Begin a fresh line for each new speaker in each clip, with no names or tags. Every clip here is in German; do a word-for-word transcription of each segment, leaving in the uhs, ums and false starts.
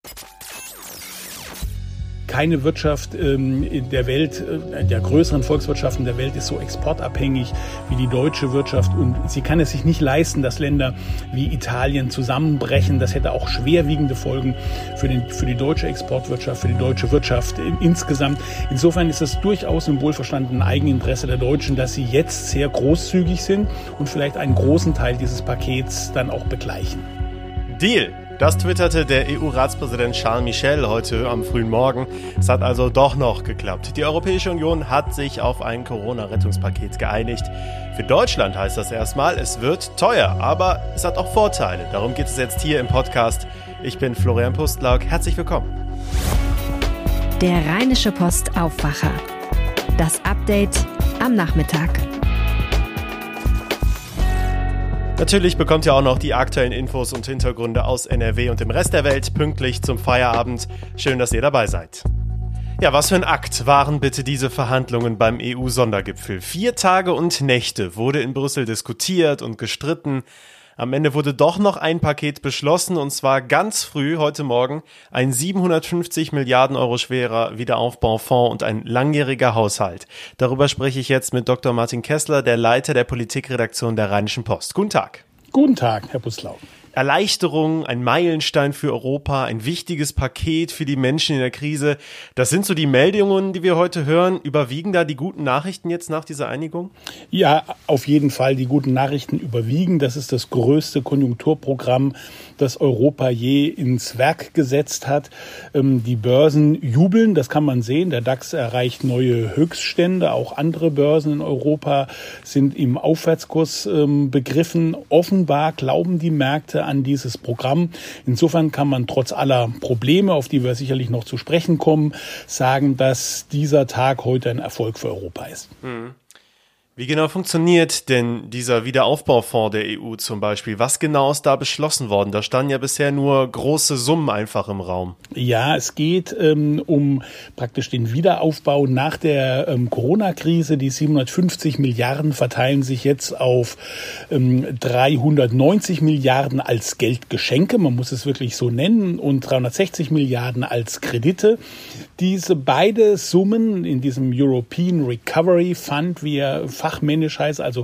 Keine Wirtschaft ähm, in der Welt, äh, der größeren Volkswirtschaften der Welt ist so exportabhängig wie die deutsche Wirtschaft. Und sie kann es sich nicht leisten, dass Länder wie Italien zusammenbrechen. Das hätte auch schwerwiegende Folgen für, den, für die deutsche Exportwirtschaft, für die deutsche Wirtschaft insgesamt. Insofern ist es durchaus im wohlverstandenen Eigeninteresse der Deutschen, dass sie jetzt sehr großzügig sind und vielleicht einen großen Teil dieses Pakets dann auch begleichen.
Deal! Das twitterte der E U-Ratspräsident Charles Michel heute am frühen Morgen. Es hat also doch noch geklappt. Die Europäische Union hat sich auf ein Corona-Rettungspaket geeinigt. Für Deutschland heißt das erstmal, es wird teuer, aber es hat auch Vorteile. Darum geht es jetzt hier im Podcast. Ich bin Florian Pustlauk. Herzlich willkommen.
Der Rheinische Post Aufwacher. Das Update am Nachmittag.
Natürlich bekommt ihr auch noch die aktuellen Infos und Hintergründe aus N R W und dem Rest der Welt pünktlich zum Feierabend. Schön, dass ihr dabei seid. Ja, was für ein Akt waren bitte diese Verhandlungen beim E U-Sondergipfel? Vier Tage und Nächte wurde in Brüssel diskutiert und gestritten. Am Ende wurde doch noch ein Paket beschlossen, und zwar ganz früh heute Morgen ein siebenhundertfünfzig Milliarden Euro schwerer Wiederaufbaufonds und ein langjähriger Haushalt. Darüber spreche ich jetzt mit Doktor Martin Kessler, der Leiter der Politikredaktion der Rheinischen Post. Guten Tag.
Guten Tag, Herr Pustlauk.
Erleichterung, ein Meilenstein für Europa, ein wichtiges Paket für die Menschen in der Krise. Das sind so die Meldungen, die wir heute hören. Überwiegen da die guten Nachrichten jetzt nach dieser Einigung?
Ja, auf jeden Fall. Die guten Nachrichten überwiegen. Das ist das größte Konjunkturprogramm, das Europa je ins Werk gesetzt hat. Die Börsen jubeln, das kann man sehen. Der DAX erreicht neue Höchststände. Auch andere Börsen in Europa sind im Aufwärtskurs begriffen. Offenbar glauben die Märkte an dieses Programm. Insofern kann man trotz aller Probleme, auf die wir sicherlich noch zu sprechen kommen, sagen, dass dieser Tag heute ein Erfolg für Europa ist.
Mhm. Wie genau funktioniert denn dieser Wiederaufbaufonds der E U zum Beispiel? Was genau ist da beschlossen worden? Da standen ja bisher nur große Summen einfach im Raum.
Ja, es geht ähm, um praktisch den Wiederaufbau nach der ähm, Corona-Krise. Die siebenhundertfünfzig Milliarden verteilen sich jetzt auf ähm, dreihundertneunzig Milliarden als Geldgeschenke, man muss es wirklich so nennen, und dreihundertsechzig Milliarden als Kredite. Diese beide Summen in diesem European Recovery Fund, wie er fachmännisch heißt, also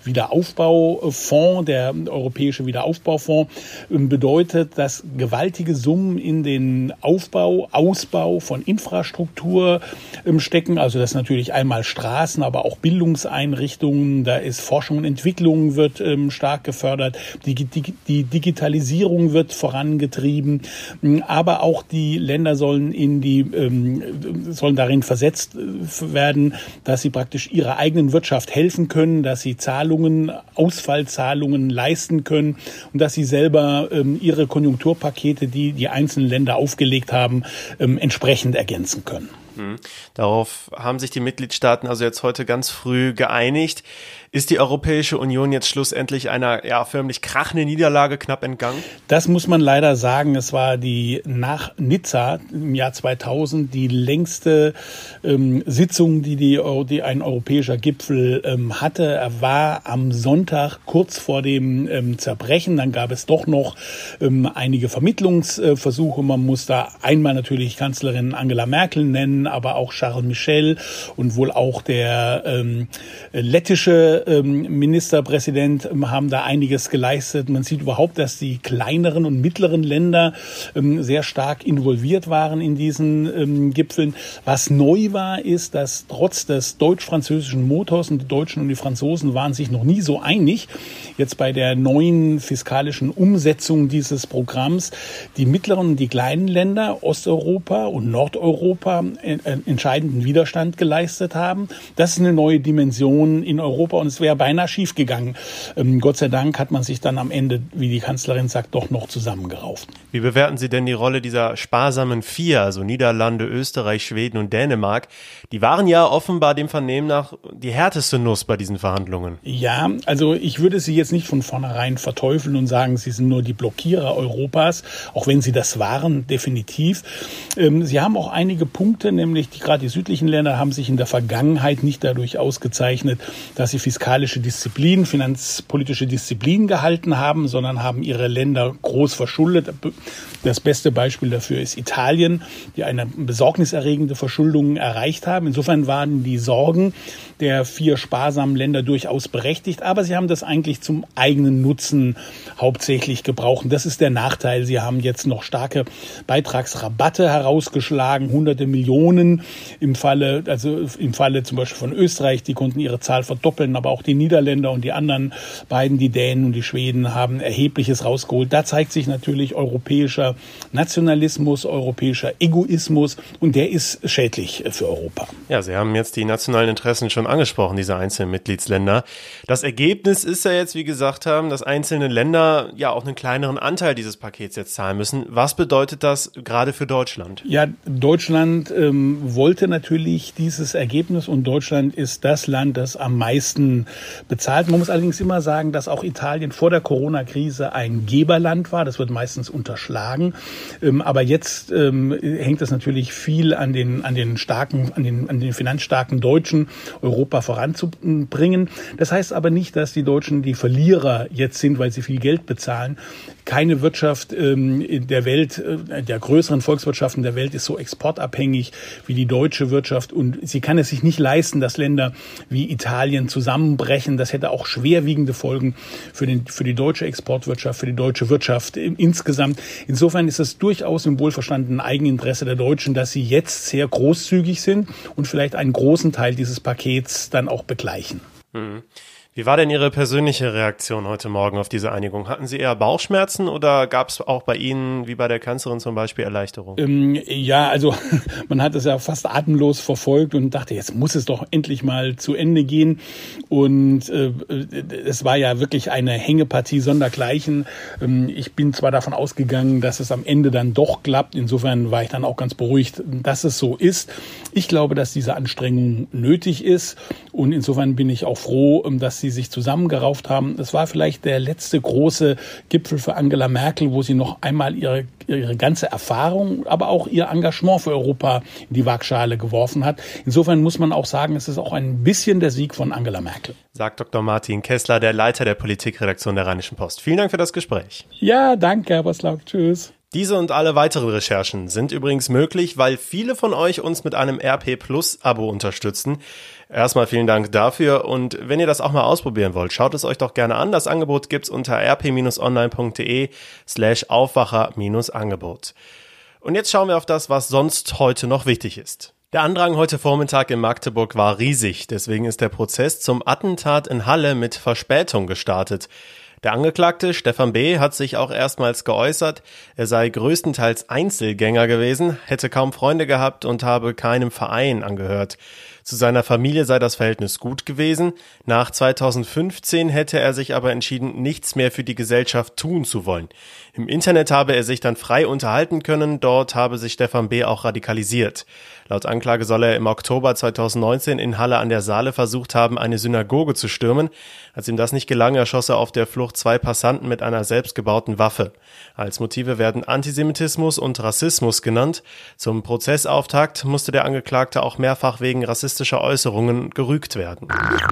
Wiederaufbaufonds, der Europäische Wiederaufbaufonds, bedeutet, dass gewaltige Summen in den Aufbau, Ausbau von Infrastruktur stecken. Also das ist natürlich einmal Straßen, aber auch Bildungseinrichtungen, da ist Forschung und Entwicklung wird stark gefördert, die, die, die Digitalisierung wird vorangetrieben, aber auch die Länder sollen in die sollen darin versetzt werden, dass sie praktisch ihrer eigenen Wirtschaft helfen können, dass sie Zahlungen, Ausfallzahlungen leisten können und dass sie selber ähm, ihre Konjunkturpakete, die die einzelnen Länder aufgelegt haben, ähm, entsprechend ergänzen können.
Mhm. Darauf haben sich die Mitgliedstaaten also jetzt heute ganz früh geeinigt. Ist die Europäische Union jetzt schlussendlich einer ja förmlich krachenden Niederlage knapp entgangen?
Das muss man leider sagen. Es war die nach Nizza im Jahr zweitausend die längste ähm, Sitzung, die, die, die ein europäischer Gipfel ähm, hatte. Er war am Sonntag kurz vor dem ähm, Zerbrechen. Dann gab es doch noch ähm, einige Vermittlungsversuche. Man muss da einmal natürlich Kanzlerin Angela Merkel nennen, aber auch Charles Michel und wohl auch der ähm, lettische Ministerpräsident haben da einiges geleistet. Man sieht überhaupt, dass die kleineren und mittleren Länder ähm, sehr stark involviert waren in diesen ähm, Gipfeln. Was neu war, ist, dass trotz des deutsch-französischen Motors, und die Deutschen und die Franzosen waren sich noch nie so einig, jetzt bei der neuen fiskalischen Umsetzung dieses Programms die mittleren und die kleinen Länder, Osteuropa und Nordeuropa, äh, entscheidenden Widerstand geleistet haben. Das ist eine neue Dimension in Europa und es wäre beinahe schief gegangen. Ähm, Gott sei Dank hat man sich dann am Ende, wie die Kanzlerin sagt, doch noch zusammengerauft.
Wie bewerten Sie denn die Rolle dieser sparsamen Vier, also Niederlande, Österreich, Schweden und Dänemark? Die waren ja offenbar dem Vernehmen nach die härteste Nuss bei diesen Verhandlungen.
Ja, also ich würde sie jetzt nicht von vornherein verteufeln und sagen, sie sind nur die Blockierer Europas, auch wenn sie das waren, definitiv. Ähm, sie haben auch einige Punkte, nämlich die, gerade die südlichen Länder haben sich in der Vergangenheit nicht dadurch ausgezeichnet, dass sie fiskal fiskalische Disziplin, finanzpolitische Disziplin gehalten haben, sondern haben ihre Länder groß verschuldet. Das beste Beispiel dafür ist Italien, die eine besorgniserregende Verschuldung erreicht haben. Insofern waren die Sorgen der vier sparsamen Länder durchaus berechtigt, aber sie haben das eigentlich zum eigenen Nutzen hauptsächlich gebraucht. Und das ist der Nachteil. Sie haben jetzt noch starke Beitragsrabatte herausgeschlagen, hunderte Millionen im Falle, also im Falle zum Beispiel von Österreich, die konnten ihre Zahl verdoppeln, aber auch die Niederländer und die anderen beiden, die Dänen und die Schweden, haben Erhebliches rausgeholt. Da zeigt sich natürlich europäischer Nationalismus, europäischer Egoismus, und der ist schädlich für Europa.
Ja, Sie haben jetzt die nationalen Interessen schon angesprochen, diese einzelnen Mitgliedsländer. Das Ergebnis ist ja jetzt, wie gesagt haben, dass einzelne Länder ja auch einen kleineren Anteil dieses Pakets jetzt zahlen müssen. Was bedeutet das gerade für Deutschland?
Ja, Deutschland ähm, wollte natürlich dieses Ergebnis, und Deutschland ist das Land, das am meisten bezahlt. Man muss allerdings immer sagen, dass auch Italien vor der Corona-Krise ein Geberland war. Das wird meistens unterschlagen. Ähm, aber jetzt ähm, hängt es natürlich viel an den, an den starken, an den, an den finanzstarken Deutschen, Europa voranzubringen. Das heißt aber nicht, dass die Deutschen die Verlierer jetzt sind, weil sie viel Geld bezahlen. Keine Wirtschaft ähm, in der Welt, äh, der größeren Volkswirtschaften der Welt ist so exportabhängig wie die deutsche Wirtschaft, und sie kann es sich nicht leisten, dass Länder wie Italien zusammenbrechen. Das hätte auch schwerwiegende Folgen für den, für die deutsche Exportwirtschaft, für die deutsche Wirtschaft insgesamt. Insofern ist es durchaus im wohlverstandenen Eigeninteresse der Deutschen, dass sie jetzt sehr großzügig sind und vielleicht einen großen Teil dieses Pakets dann auch begleichen.
Mhm. Wie war denn Ihre persönliche Reaktion heute Morgen auf diese Einigung? Hatten Sie eher Bauchschmerzen oder gab es auch bei Ihnen, wie bei der Kanzlerin zum Beispiel, Erleichterung?
Ähm, ja, also man hat es ja fast atemlos verfolgt und dachte, jetzt muss es doch endlich mal zu Ende gehen. Und äh, es war ja wirklich eine Hängepartie sondergleichen. Ähm, ich bin zwar davon ausgegangen, dass es am Ende dann doch klappt. Insofern war ich dann auch ganz beruhigt, dass es so ist. Ich glaube, dass diese Anstrengung nötig ist, und insofern bin ich auch froh, dass sie sich zusammengerauft haben. Es war vielleicht der letzte große Gipfel für Angela Merkel, wo sie noch einmal ihre, ihre ganze Erfahrung, aber auch ihr Engagement für Europa in die Waagschale geworfen hat. Insofern muss man auch sagen, es ist auch ein bisschen der Sieg von Angela Merkel.
Sagt Doktor Martin Kessler, der Leiter der Politikredaktion der Rheinischen Post. Vielen Dank für das Gespräch.
Ja, danke, Herr Boslaug. Tschüss.
Diese und alle weiteren Recherchen sind übrigens möglich, weil viele von euch uns mit einem R P Plus Abo unterstützen. Erstmal vielen Dank dafür, und wenn ihr das auch mal ausprobieren wollt, schaut es euch doch gerne an. Das Angebot gibt's unter rp-online.de slash Aufwacher-Angebot. Und jetzt schauen wir auf das, was sonst heute noch wichtig ist. Der Andrang heute Vormittag in Magdeburg war riesig, deswegen ist der Prozess zum Attentat in Halle mit Verspätung gestartet. Der Angeklagte Stefan B. hat sich auch erstmals geäußert, er sei größtenteils Einzelgänger gewesen, hätte kaum Freunde gehabt und habe keinem Verein angehört. Zu seiner Familie sei das Verhältnis gut gewesen. Nach zweitausendfünfzehn hätte er sich aber entschieden, nichts mehr für die Gesellschaft tun zu wollen. Im Internet habe er sich dann frei unterhalten können, dort habe sich Stefan B. auch radikalisiert. Laut Anklage soll er im Oktober zweitausendneunzehn in Halle an der Saale versucht haben, eine Synagoge zu stürmen. Als ihm das nicht gelang, erschoss er auf der Flucht zwei Passanten mit einer selbstgebauten Waffe. Als Motive werden Antisemitismus und Rassismus genannt. Zum Prozessauftakt musste der Angeklagte auch mehrfach wegen rassistischer Äußerungen gerügt werden.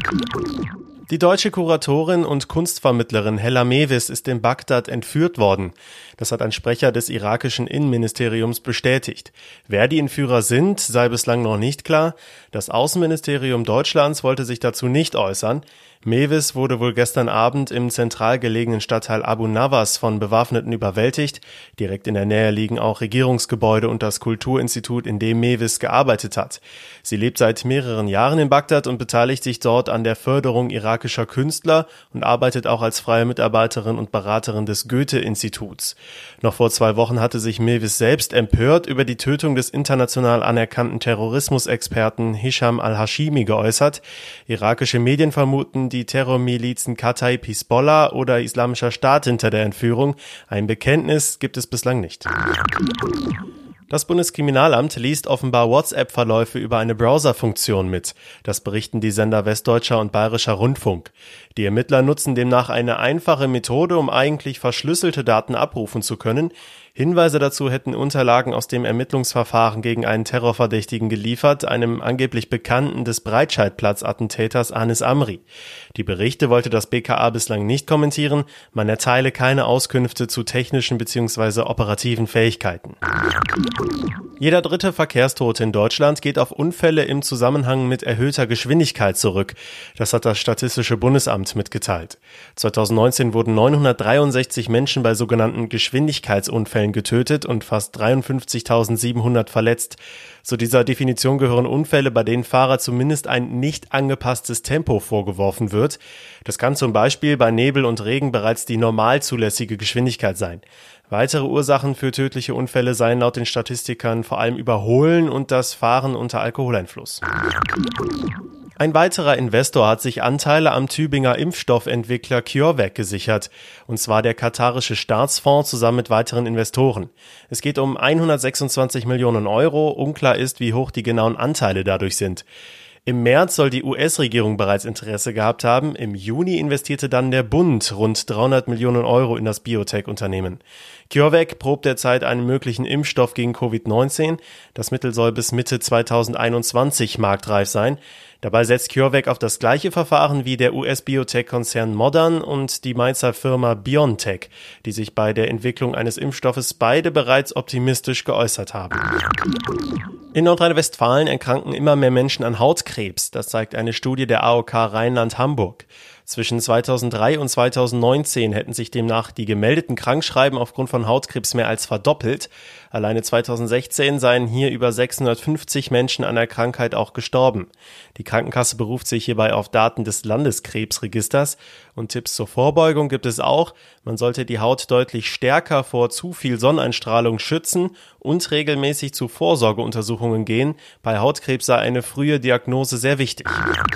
Die deutsche Kuratorin und Kunstvermittlerin Hella Mewis ist in Bagdad entführt worden. Das hat ein Sprecher des irakischen Innenministeriums bestätigt. Wer die Entführer sind, sei bislang noch nicht klar. Das Außenministerium Deutschlands wollte sich dazu nicht äußern. Mewis wurde wohl gestern Abend im zentral gelegenen Stadtteil Abu Nawas von Bewaffneten überwältigt. Direkt in der Nähe liegen auch Regierungsgebäude und das Kulturinstitut, in dem Mewis gearbeitet hat. Sie lebt seit mehreren Jahren in Bagdad und beteiligt sich dort an der Förderung irakischer Künstler und arbeitet auch als freie Mitarbeiterin und Beraterin des Goethe-Instituts. Noch vor zwei Wochen hatte sich Mewis selbst empört über die Tötung des international anerkannten Terrorismusexperten Hisham al-Hashimi geäußert. Irakische Medien vermuten die Terrormilizen Kataib Hisbollah oder Islamischer Staat hinter der Entführung. Ein Bekenntnis gibt es bislang nicht. Das Bundeskriminalamt liest offenbar WhatsApp-Verläufe über eine Browser-Funktion mit. Das berichten die Sender Westdeutscher und Bayerischer Rundfunk. Die Ermittler nutzen demnach eine einfache Methode, um eigentlich verschlüsselte Daten abrufen zu können. Hinweise dazu hätten Unterlagen aus dem Ermittlungsverfahren gegen einen Terrorverdächtigen geliefert, einem angeblich Bekannten des Breitscheidplatz-Attentäters Anis Amri. Die Berichte wollte das B K A bislang nicht kommentieren, man erteile keine Auskünfte zu technischen bzw. operativen Fähigkeiten. Jeder dritte Verkehrstote in Deutschland geht auf Unfälle im Zusammenhang mit erhöhter Geschwindigkeit zurück. Das hat das Statistische Bundesamt mitgeteilt. zweitausendneunzehn wurden neunhundertdreiundsechzig Menschen bei sogenannten Geschwindigkeitsunfällen getötet und fast dreiundfünfzigtausendsiebenhundert verletzt. Zu dieser Definition gehören Unfälle, bei denen Fahrer zumindest ein nicht angepasstes Tempo vorgeworfen wird. Das kann zum Beispiel bei Nebel und Regen bereits die normal zulässige Geschwindigkeit sein. Weitere Ursachen für tödliche Unfälle seien laut den Statistikern vor allem Überholen und das Fahren unter Alkoholeinfluss. Ein weiterer Investor hat sich Anteile am Tübinger Impfstoffentwickler CureVac gesichert, und zwar der katarische Staatsfonds zusammen mit weiteren Investoren. Es geht um hundertsechsundzwanzig Millionen Euro, unklar ist, wie hoch die genauen Anteile dadurch sind. Im März soll die U S-Regierung bereits Interesse gehabt haben. Im Juni investierte dann der Bund rund dreihundert Millionen Euro in das Biotech-Unternehmen. CureVac probt derzeit einen möglichen Impfstoff gegen Covid neunzehn. Das Mittel soll bis Mitte zweitausendeinundzwanzig marktreif sein. Dabei setzt CureVac auf das gleiche Verfahren wie der U S-Biotech-Konzern Modern und die Mainzer Firma BioNTech, die sich bei der Entwicklung eines Impfstoffes beide bereits optimistisch geäußert haben. In Nordrhein-Westfalen erkranken immer mehr Menschen an Hautkrebs. Das zeigt eine Studie der A O K Rheinland-Hamburg. Zwischen zweitausenddrei und zweitausendneunzehn hätten sich demnach die gemeldeten Krankschreiben aufgrund von Hautkrebs mehr als verdoppelt. Alleine zweitausendsechzehn seien hier über sechshundertfünfzig Menschen an der Krankheit auch gestorben. Die Krankenkasse beruft sich hierbei auf Daten des Landeskrebsregisters. Und Tipps zur Vorbeugung gibt es auch. Man sollte die Haut deutlich stärker vor zu viel Sonneneinstrahlung schützen und regelmäßig zu Vorsorgeuntersuchungen gehen. Bei Hautkrebs sei eine frühe Diagnose sehr wichtig.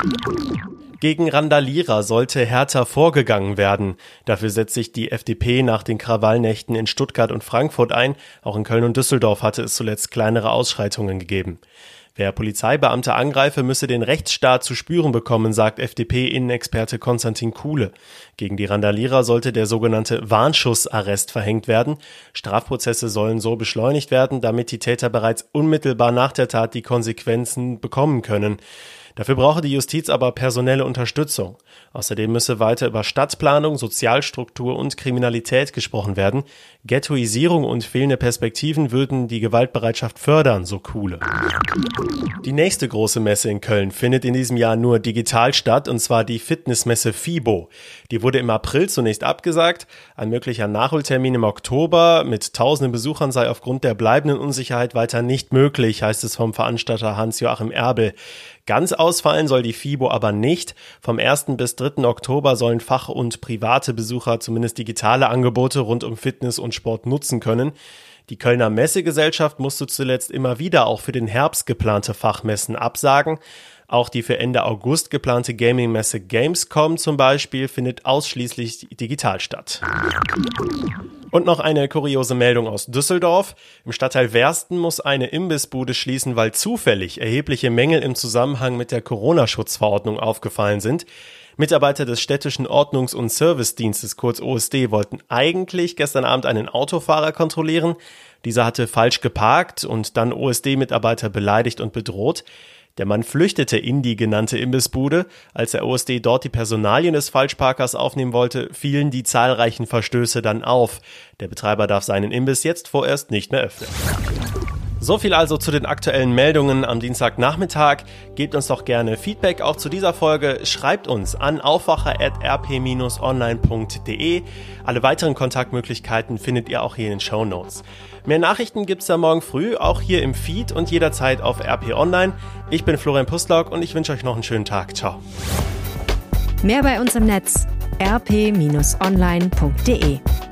Gegen Randalierer sollte härter vorgegangen werden. Dafür setzt sich die F D P nach den Krawallnächten in Stuttgart und Frankfurt ein. Auch in Köln und Düsseldorf hatte es zuletzt kleinere Ausschreitungen gegeben. Wer Polizeibeamte angreife, müsse den Rechtsstaat zu spüren bekommen, sagt F D P-Innenexperte Konstantin Kuhle. Gegen die Randalierer sollte der sogenannte Warnschussarrest verhängt werden. Strafprozesse sollen so beschleunigt werden, damit die Täter bereits unmittelbar nach der Tat die Konsequenzen bekommen können. Dafür brauche die Justiz aber personelle Unterstützung. Außerdem müsse weiter über Stadtplanung, Sozialstruktur und Kriminalität gesprochen werden. Ghettoisierung und fehlende Perspektiven würden die Gewaltbereitschaft fördern, so Kuhle. Die nächste große Messe in Köln findet in diesem Jahr nur digital statt, und zwar die Fitnessmesse FIBO. Die wurde im April zunächst abgesagt. Ein möglicher Nachholtermin im Oktober mit tausenden Besuchern sei aufgrund der bleibenden Unsicherheit weiter nicht möglich, heißt es vom Veranstalter Hans-Joachim Erbel. Ganz ausfallen soll die FIBO aber nicht. Vom ersten bis dritten Oktober sollen Fach- und private Besucher zumindest digitale Angebote rund um Fitness und Sport nutzen können. Die Kölner Messegesellschaft musste zuletzt immer wieder auch für den Herbst geplante Fachmessen absagen. Auch die für Ende August geplante Gaming-Messe Gamescom zum Beispiel findet ausschließlich digital statt. Und noch eine kuriose Meldung aus Düsseldorf. Im Stadtteil Wersten muss eine Imbissbude schließen, weil zufällig erhebliche Mängel im Zusammenhang mit der Corona-Schutzverordnung aufgefallen sind. Mitarbeiter des städtischen Ordnungs- und Servicedienstes, kurz O S D, wollten eigentlich gestern Abend einen Autofahrer kontrollieren. Dieser hatte falsch geparkt und dann O S D-Mitarbeiter beleidigt und bedroht. Der Mann flüchtete in die genannte Imbissbude. Als der O S D dort die Personalien des Falschparkers aufnehmen wollte, fielen die zahlreichen Verstöße dann auf. Der Betreiber darf seinen Imbiss jetzt vorerst nicht mehr öffnen. So viel also zu den aktuellen Meldungen am Dienstagnachmittag. Gebt uns doch gerne Feedback auch zu dieser Folge. Schreibt uns an aufwacher at r p dash online punkt d e. Alle weiteren Kontaktmöglichkeiten findet ihr auch hier in den Shownotes. Mehr Nachrichten gibt's da morgen früh, auch hier im Feed und jederzeit auf R P Online. Ich bin Florian Pustlauk und ich wünsche euch noch einen schönen Tag. Ciao.
Mehr bei uns im Netz r p dash online punkt d e.